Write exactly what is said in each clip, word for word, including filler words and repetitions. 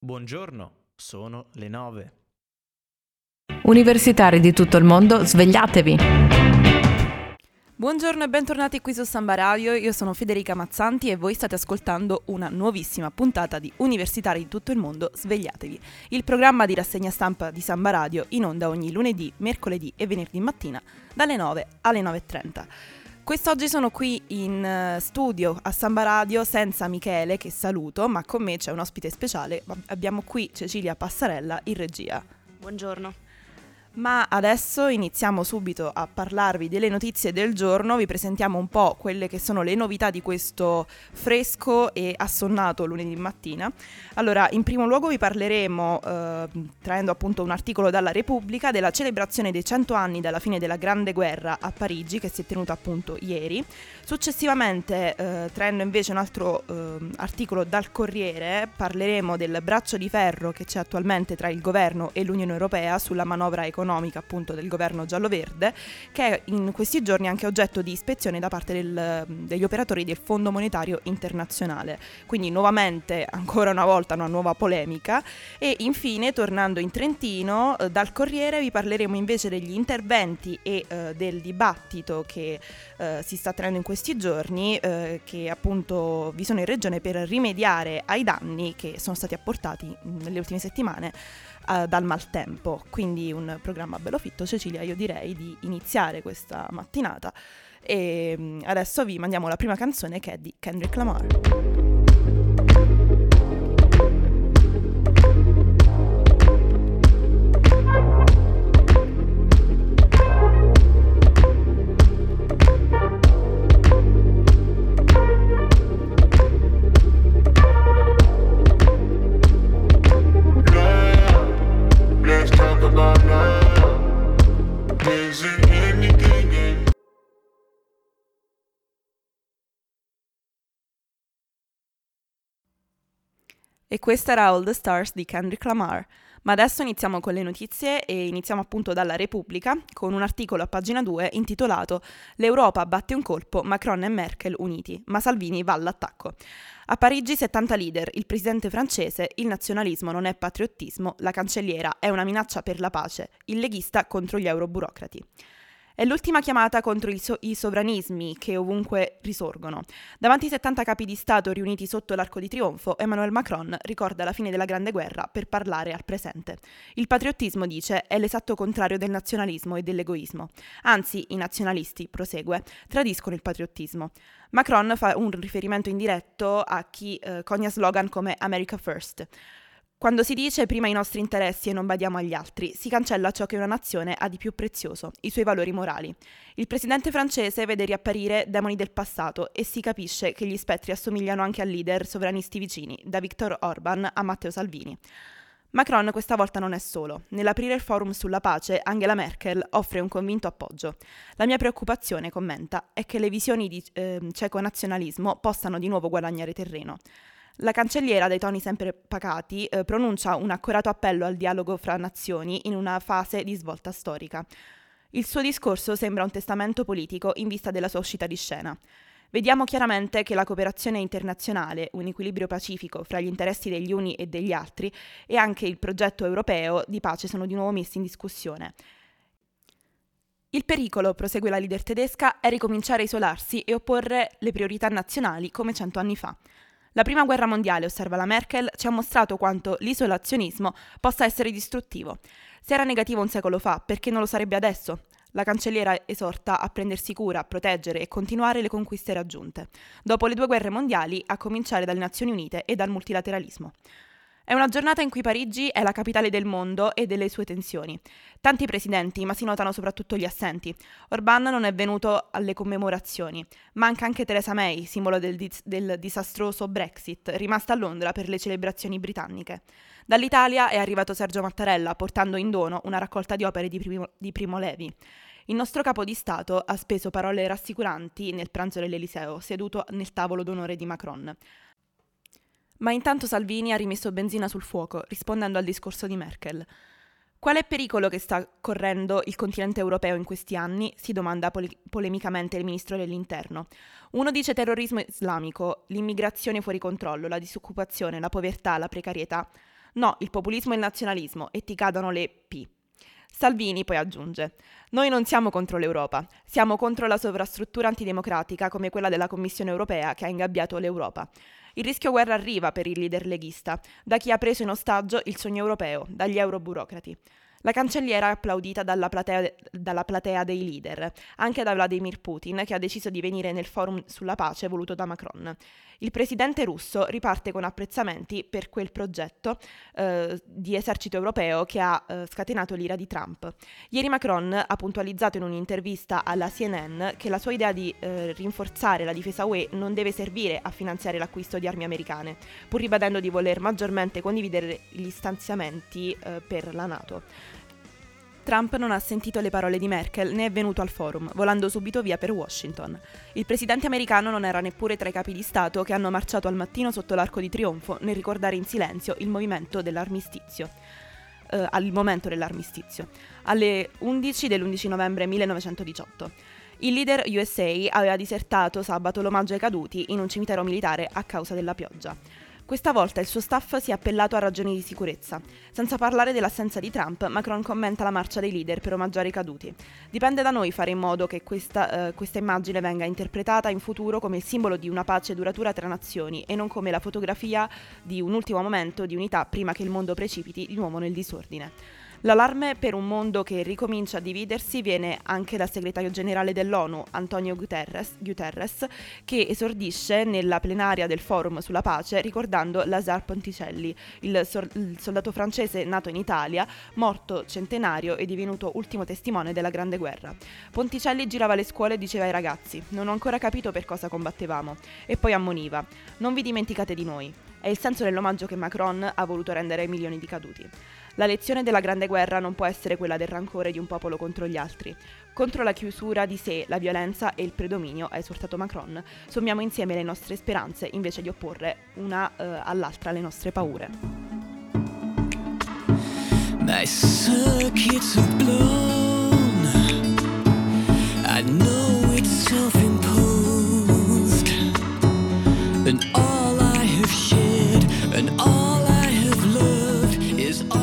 Buongiorno, sono le nove. Universitari di tutto il mondo, svegliatevi! Buongiorno e bentornati qui su Samba Radio, io sono Federica Mazzanti e voi state ascoltando una nuovissima puntata di Universitari di tutto il mondo, svegliatevi, il programma di rassegna stampa di Samba Radio in onda ogni lunedì, mercoledì e venerdì mattina dalle nove alle nove e trenta. Quest'oggi sono qui in studio a Samba Radio senza Michele, che saluto, ma con me c'è un ospite speciale, abbiamo qui Cecilia Passarella in regia. Buongiorno. Ma adesso iniziamo subito a parlarvi delle notizie del giorno, vi presentiamo un po' quelle che sono le novità di questo fresco e assonnato lunedì mattina. Allora, in primo luogo vi parleremo, eh, traendo appunto un articolo dalla Repubblica, della celebrazione dei cento anni dalla fine della Grande Guerra a Parigi, che si è tenuta appunto ieri. Successivamente, eh, traendo invece un altro eh, articolo dal Corriere, parleremo del braccio di ferro che c'è attualmente tra il governo e l'Unione Europea sulla manovra economica appunto del governo giallo-verde, che è in questi giorni anche oggetto di ispezione da parte del, degli operatori del Fondo Monetario Internazionale. Quindi nuovamente, ancora una volta, una nuova polemica. E infine, tornando in Trentino, eh, dal Corriere vi parleremo invece degli interventi e eh, del dibattito che eh, si sta tenendo in questi giorni, eh, che appunto vi sono in regione per rimediare ai danni che sono stati apportati nelle ultime settimane dal maltempo. Quindi un programma bello fitto. Cecilia, io direi di iniziare questa mattinata e adesso vi mandiamo la prima canzone, che è di Kendrick Lamar. E questa era All the Stars di Kendrick Lamar. Ma adesso iniziamo con le notizie e iniziamo appunto dalla Repubblica con un articolo a pagina due intitolato "L'Europa batte un colpo, Macron e Merkel uniti, ma Salvini va all'attacco". A Parigi settanta leader, il presidente francese, il nazionalismo non è patriottismo, la cancelliera è una minaccia per la pace, il leghista contro gli euroburocrati. È l'ultima chiamata contro i, so- i sovranismi che ovunque risorgono. Davanti ai settanta capi di Stato riuniti sotto l'Arco di Trionfo, Emmanuel Macron ricorda la fine della Grande Guerra per parlare al presente. Il patriottismo, dice, è l'esatto contrario del nazionalismo e dell'egoismo. Anzi, i nazionalisti, prosegue, tradiscono il patriottismo. Macron fa un riferimento indiretto a chi eh, conia slogan come America First. Quando si dice prima i nostri interessi e non badiamo agli altri, si cancella ciò che una nazione ha di più prezioso, i suoi valori morali. Il presidente francese vede riapparire demoni del passato e si capisce che gli spettri assomigliano anche a leader sovranisti vicini, da Viktor Orban a Matteo Salvini. Macron questa volta non è solo. Nell'aprire il forum sulla pace, Angela Merkel offre un convinto appoggio. La mia preoccupazione, commenta, è che le visioni di eh, cieco nazionalismo possano di nuovo guadagnare terreno. La cancelliera, dai toni sempre pacati, eh, pronuncia un accorato appello al dialogo fra nazioni in una fase di svolta storica. Il suo discorso sembra un testamento politico in vista della sua uscita di scena. Vediamo chiaramente che la cooperazione internazionale, un equilibrio pacifico fra gli interessi degli uni e degli altri, e anche il progetto europeo di pace sono di nuovo messi in discussione. Il pericolo, prosegue la leader tedesca, è ricominciare a isolarsi e opporre le priorità nazionali come cento anni fa. La prima guerra mondiale, osserva la Merkel, ci ha mostrato quanto l'isolazionismo possa essere distruttivo. Se era negativo un secolo fa, perché non lo sarebbe adesso? La cancelliera esorta a prendersi cura, a proteggere e continuare le conquiste raggiunte, dopo le due guerre mondiali, a cominciare dalle Nazioni Unite e dal multilateralismo. È una giornata in cui Parigi è la capitale del mondo e delle sue tensioni. Tanti presidenti, ma si notano soprattutto gli assenti. Orbán non è venuto alle commemorazioni. Manca anche Theresa May, simbolo del, dis- del disastroso Brexit, rimasta a Londra per le celebrazioni britanniche. Dall'Italia è arrivato Sergio Mattarella, portando in dono una raccolta di opere di Primo, di Primo Levi. Il nostro capo di Stato ha speso parole rassicuranti nel pranzo dell'Eliseo, seduto nel tavolo d'onore di Macron. Ma intanto Salvini ha rimesso benzina sul fuoco, rispondendo al discorso di Merkel. Qual è il pericolo che sta correndo il continente europeo in questi anni? Si domanda pole- polemicamente il ministro dell'Interno. Uno dice terrorismo islamico, l'immigrazione fuori controllo, la disoccupazione, la povertà, la precarietà. No, il populismo e il nazionalismo, e ti cadono le P. Salvini poi aggiunge: noi non siamo contro l'Europa, siamo contro la sovrastruttura antidemocratica come quella della Commissione europea che ha ingabbiato l'Europa. Il rischio guerra arriva per il leader leghista, da chi ha preso in ostaggio il sogno europeo, dagli euroburocrati. La cancelliera è applaudita dalla platea, dalla platea dei leader, anche da Vladimir Putin, che ha deciso di venire nel forum sulla pace voluto da Macron. Il presidente russo riparte con apprezzamenti per quel progetto eh, di esercito europeo che ha eh, scatenato l'ira di Trump. Ieri Macron ha puntualizzato in un'intervista alla C N N che la sua idea di eh, rinforzare la difesa U E non deve servire a finanziare l'acquisto di armi americane, pur ribadendo di voler maggiormente condividere gli stanziamenti eh, per la NATO. Trump non ha sentito le parole di Merkel né è venuto al forum, volando subito via per Washington. Il presidente americano non era neppure tra i capi di Stato che hanno marciato al mattino sotto l'Arco di Trionfo nel ricordare in silenzio il movimento dell'armistizio. Eh, al momento dell'armistizio, alle undici dell'undici novembre millenovecentodiciotto. Il leader U S A aveva disertato sabato l'omaggio ai caduti in un cimitero militare a causa della pioggia. Questa volta il suo staff si è appellato a ragioni di sicurezza. Senza parlare dell'assenza di Trump, Macron commenta la marcia dei leader per omaggiare i caduti. Dipende da noi fare in modo che questa, eh, questa immagine venga interpretata in futuro come il simbolo di una pace duratura tra nazioni e non come la fotografia di un ultimo momento di unità prima che il mondo precipiti di nuovo nel disordine. L'allarme per un mondo che ricomincia a dividersi viene anche dal segretario generale dell'ONU, Antonio Guterres, Guterres, che esordisce nella plenaria del Forum sulla pace ricordando Lazare Ponticelli, il, sor- il soldato francese nato in Italia, morto centenario e divenuto ultimo testimone della Grande Guerra. Ponticelli girava le scuole e diceva ai ragazzi: non ho ancora capito per cosa combattevamo, e poi ammoniva: non vi dimenticate di noi. È il senso dell'omaggio che Macron ha voluto rendere ai milioni di caduti. La lezione della Grande Guerra non può essere quella del rancore di un popolo contro gli altri. Contro la chiusura di sé, la violenza e il predominio, ha esortato Macron, sommiamo insieme le nostre speranze invece di opporre una uh, all'altra le nostre paure. My circuits are blown. I know it's self-imposed. And all I have shared and all I have loved is all.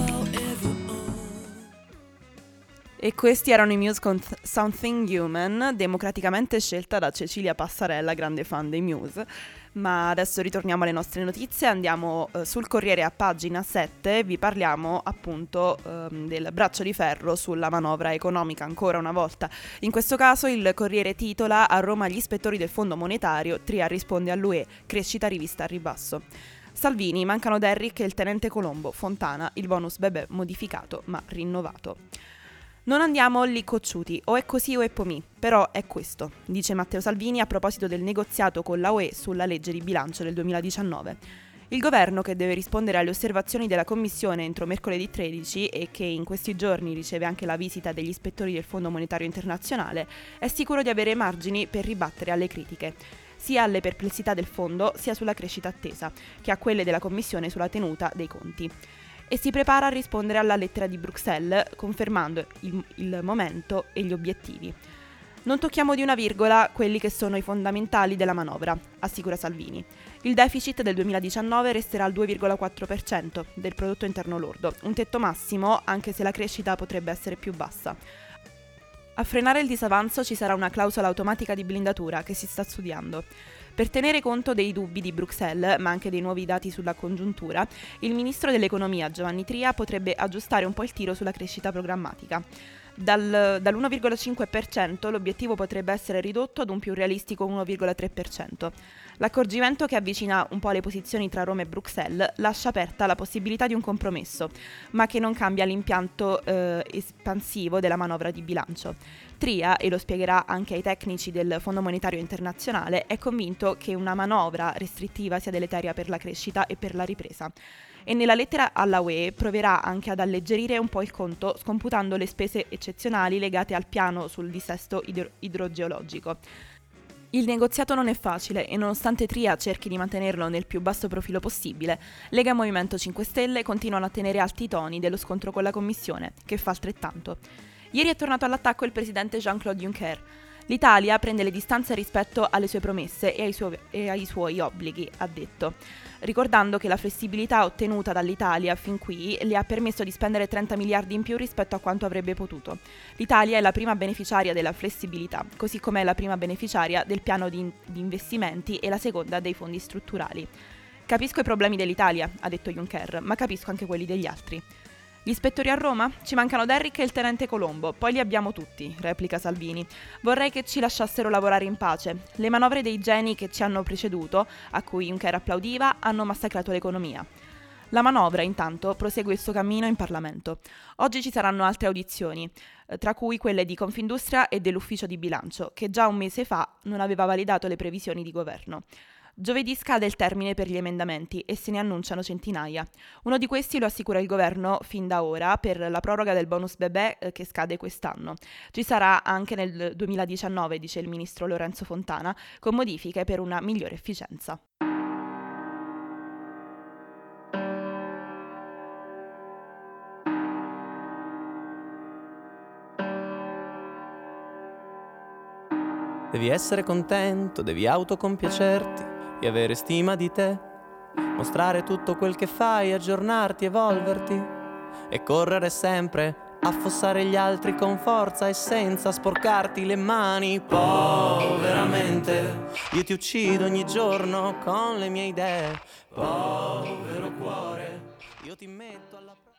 E questi erano i Muse con Something Human, democraticamente scelta da Cecilia Passarella, grande fan dei Muse. Ma adesso ritorniamo alle nostre notizie, andiamo eh, sul Corriere a pagina sette, vi parliamo appunto eh, del braccio di ferro sulla manovra economica ancora una volta. In questo caso il Corriere titola: a Roma gli ispettori del Fondo Monetario, Tria risponde all'U E, crescita rivista a ribasso. Salvini, mancano Derrick e il tenente Colombo, Fontana, il bonus bebè modificato ma rinnovato. Non andiamo lì cocciuti, o è così o è pomì, però è questo, dice Matteo Salvini a proposito del negoziato con la U E sulla legge di bilancio del duemiladiciannove. Il governo, che deve rispondere alle osservazioni della Commissione entro mercoledì tredici e che in questi giorni riceve anche la visita degli ispettori del Fondo Monetario Internazionale, è sicuro di avere margini per ribattere alle critiche, sia alle perplessità del fondo sia sulla crescita attesa, che a quelle della Commissione sulla tenuta dei conti. E si prepara a rispondere alla lettera di Bruxelles, confermando il, il momento e gli obiettivi. Non tocchiamo di una virgola quelli che sono i fondamentali della manovra, assicura Salvini. Il deficit del duemiladiciannove resterà al due virgola quattro per cento del prodotto interno lordo, un tetto massimo anche se la crescita potrebbe essere più bassa. A frenare il disavanzo ci sarà una clausola automatica di blindatura che si sta studiando. Per tenere conto dei dubbi di Bruxelles, ma anche dei nuovi dati sulla congiuntura, il ministro dell'economia Giovanni Tria potrebbe aggiustare un po' il tiro sulla crescita programmatica. Dal, dall'uno virgola cinque per cento l'obiettivo potrebbe essere ridotto ad un più realistico uno virgola tre per cento. L'accorgimento, che avvicina un po' le posizioni tra Roma e Bruxelles, lascia aperta la possibilità di un compromesso, ma che non cambia l'impianto eh, espansivo della manovra di bilancio. Tria, e lo spiegherà anche ai tecnici del Fondo Monetario Internazionale, è convinto che una manovra restrittiva sia deleteria per la crescita e per la ripresa. E nella lettera alla U E proverà anche ad alleggerire un po' il conto, scomputando le spese eccezionali legate al piano sul dissesto idro- idrogeologico. Il negoziato non è facile e nonostante Tria cerchi di mantenerlo nel più basso profilo possibile, Lega e Movimento cinque Stelle continuano a tenere alti i toni dello scontro con la Commissione, che fa altrettanto. Ieri è tornato all'attacco il presidente Jean-Claude Juncker. L'Italia prende le distanze rispetto alle sue promesse e ai, suoi, e ai suoi obblighi, ha detto, ricordando che la flessibilità ottenuta dall'Italia fin qui le ha permesso di spendere trenta miliardi in più rispetto a quanto avrebbe potuto. L'Italia è la prima beneficiaria della flessibilità, così come è la prima beneficiaria del piano di, in- di investimenti e la seconda dei fondi strutturali. Capisco i problemi dell'Italia, ha detto Juncker, ma capisco anche quelli degli altri. Gli ispettori a Roma? Ci mancano Derrick e il tenente Colombo, poi li abbiamo tutti, replica Salvini. Vorrei che ci lasciassero lavorare in pace. Le manovre dei geni che ci hanno preceduto, a cui Juncker applaudiva, hanno massacrato l'economia. La manovra, intanto, prosegue il suo cammino in Parlamento. Oggi ci saranno altre audizioni, tra cui quelle di Confindustria e dell'Ufficio di Bilancio, che già un mese fa non aveva validato le previsioni di governo. Giovedì scade il termine per gli emendamenti e se ne annunciano centinaia. Uno di questi lo assicura il governo fin da ora per la proroga del bonus bebè eh, che scade quest'anno. Ci sarà anche nel duemiladiciannove, dice il ministro Lorenzo Fontana, con modifiche per una migliore efficienza. Devi essere contento, devi autocompiacerti e avere stima di te, mostrare tutto quel che fai, aggiornarti, evolverti e correre sempre, affossare gli altri con forza e senza sporcarti le mani. Poveramente, io ti uccido ogni giorno con le mie idee. Povero cuore, io ti metto alla prova.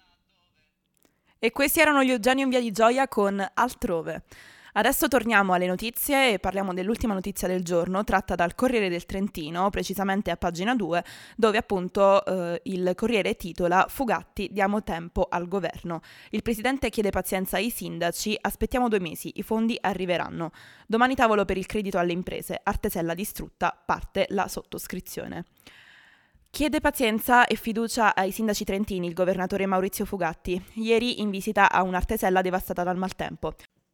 E questi erano gli Eugenio in Via di Gioia con Altrove. Adesso torniamo alle notizie e parliamo dell'ultima notizia del giorno, tratta dal Corriere del Trentino, precisamente a pagina due, dove appunto eh, il Corriere titola "Fugatti, diamo tempo al governo. Il presidente chiede pazienza ai sindaci, aspettiamo due mesi, i fondi arriveranno. Domani tavolo per il credito alle imprese, Artesella distrutta, parte la sottoscrizione". Chiede pazienza e fiducia ai sindaci trentini il governatore Maurizio Fugatti, ieri in visita a un'Artesella devastata dal maltempo.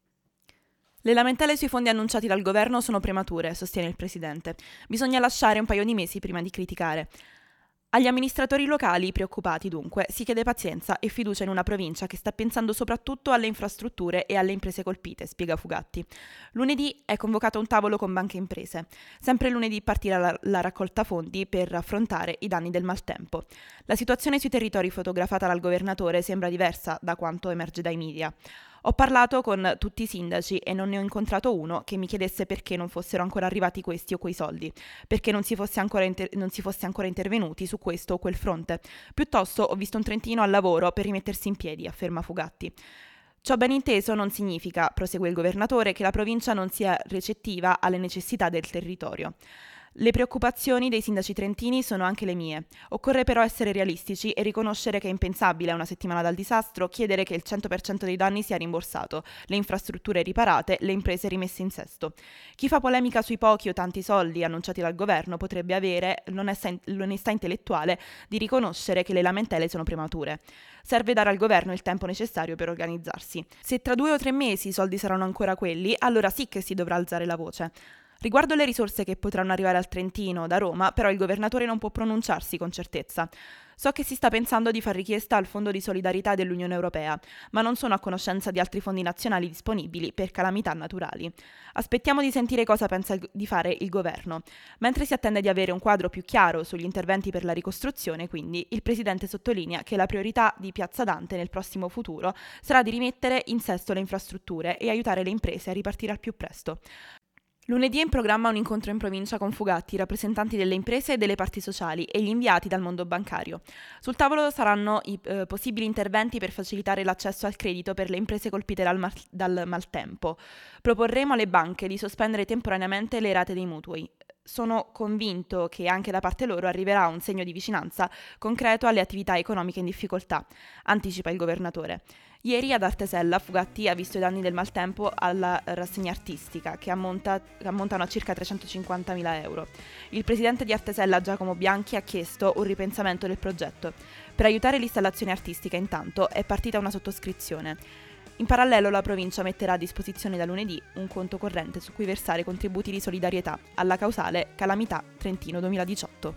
Le lamentele sui fondi annunciati dal governo sono premature, sostiene il presidente. Bisogna lasciare un paio di mesi prima di criticare. Agli amministratori locali, preoccupati dunque, si chiede pazienza e fiducia in una provincia che sta pensando soprattutto alle infrastrutture e alle imprese colpite, spiega Fugatti. Lunedì è convocato un tavolo con banche e imprese. Sempre lunedì partirà la, la raccolta fondi per affrontare i danni del maltempo. La situazione sui territori fotografata dal governatore sembra diversa da quanto emerge dai media. Ho parlato con tutti i sindaci e non ne ho incontrato uno che mi chiedesse perché non fossero ancora arrivati questi o quei soldi, perché non si fosse ancora, inter- non si fosse ancora intervenuti su questo o quel fronte. Piuttosto ho visto un trentino al lavoro per rimettersi in piedi, afferma Fugatti. Ciò ben inteso non significa, prosegue il governatore, che la provincia non sia recettiva alle necessità del territorio. Le preoccupazioni dei sindaci trentini sono anche le mie. Occorre però essere realistici e riconoscere che è impensabile, a una settimana dal disastro, chiedere che il cento per cento dei danni sia rimborsato, le infrastrutture riparate, le imprese rimesse in sesto. Chi fa polemica sui pochi o tanti soldi annunciati dal governo potrebbe avere l'onestà, l'onestà intellettuale di riconoscere che le lamentele sono premature. Serve dare al governo il tempo necessario per organizzarsi. Se tra due o tre mesi i soldi saranno ancora quelli, allora sì che si dovrà alzare la voce. Riguardo le risorse che potranno arrivare al Trentino da Roma, però il governatore non può pronunciarsi con certezza. So che si sta pensando di far richiesta al Fondo di solidarietà dell'Unione Europea, ma non sono a conoscenza di altri fondi nazionali disponibili per calamità naturali. Aspettiamo di sentire cosa pensa di fare il governo. Mentre si attende di avere un quadro più chiaro sugli interventi per la ricostruzione, quindi, il presidente sottolinea che la priorità di Piazza Dante nel prossimo futuro sarà di rimettere in sesto le infrastrutture e aiutare le imprese a ripartire al più presto. Lunedì è in programma un incontro in provincia con Fugatti, rappresentanti delle imprese e delle parti sociali e gli inviati dal mondo bancario. Sul tavolo saranno i eh, possibili interventi per facilitare l'accesso al credito per le imprese colpite dal, mal- dal maltempo. Proporremo alle banche di sospendere temporaneamente le rate dei mutui. Sono convinto che anche da parte loro arriverà un segno di vicinanza concreto alle attività economiche in difficoltà, anticipa il governatore. Ieri ad Artesella Fugatti ha visto i danni del maltempo alla rassegna artistica, che ammonta, ammontano a circa trecentocinquantamila euro. Il presidente di Artesella, Giacomo Bianchi, ha chiesto un ripensamento del progetto. Per aiutare l'installazione artistica, intanto, è partita una sottoscrizione. In parallelo la provincia metterà a disposizione da lunedì un conto corrente su cui versare contributi di solidarietà alla causale Calamità Trentino duemiladiciotto.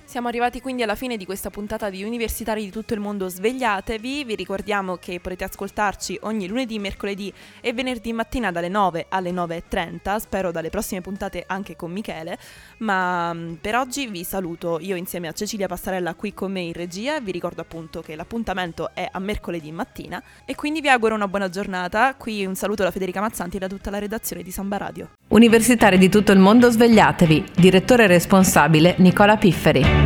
Siamo arrivati quindi alla fine di questa puntata di Universitari di tutto il mondo, svegliatevi. Vi ricordiamo che potete ascoltarci ogni lunedì, mercoledì e venerdì mattina dalle nove alle nove e trenta, spero dalle prossime puntate anche con Michele, ma per oggi vi saluto io insieme a Cecilia Passarella qui con me in regia. Vi ricordo appunto che l'appuntamento è a mercoledì mattina e quindi vi auguro una buona giornata. Qui un saluto da Federica Mazzanti e da tutta la redazione di Samba Radio. Universitari di tutto il mondo, svegliatevi. Direttore responsabile Nicola Pifferi.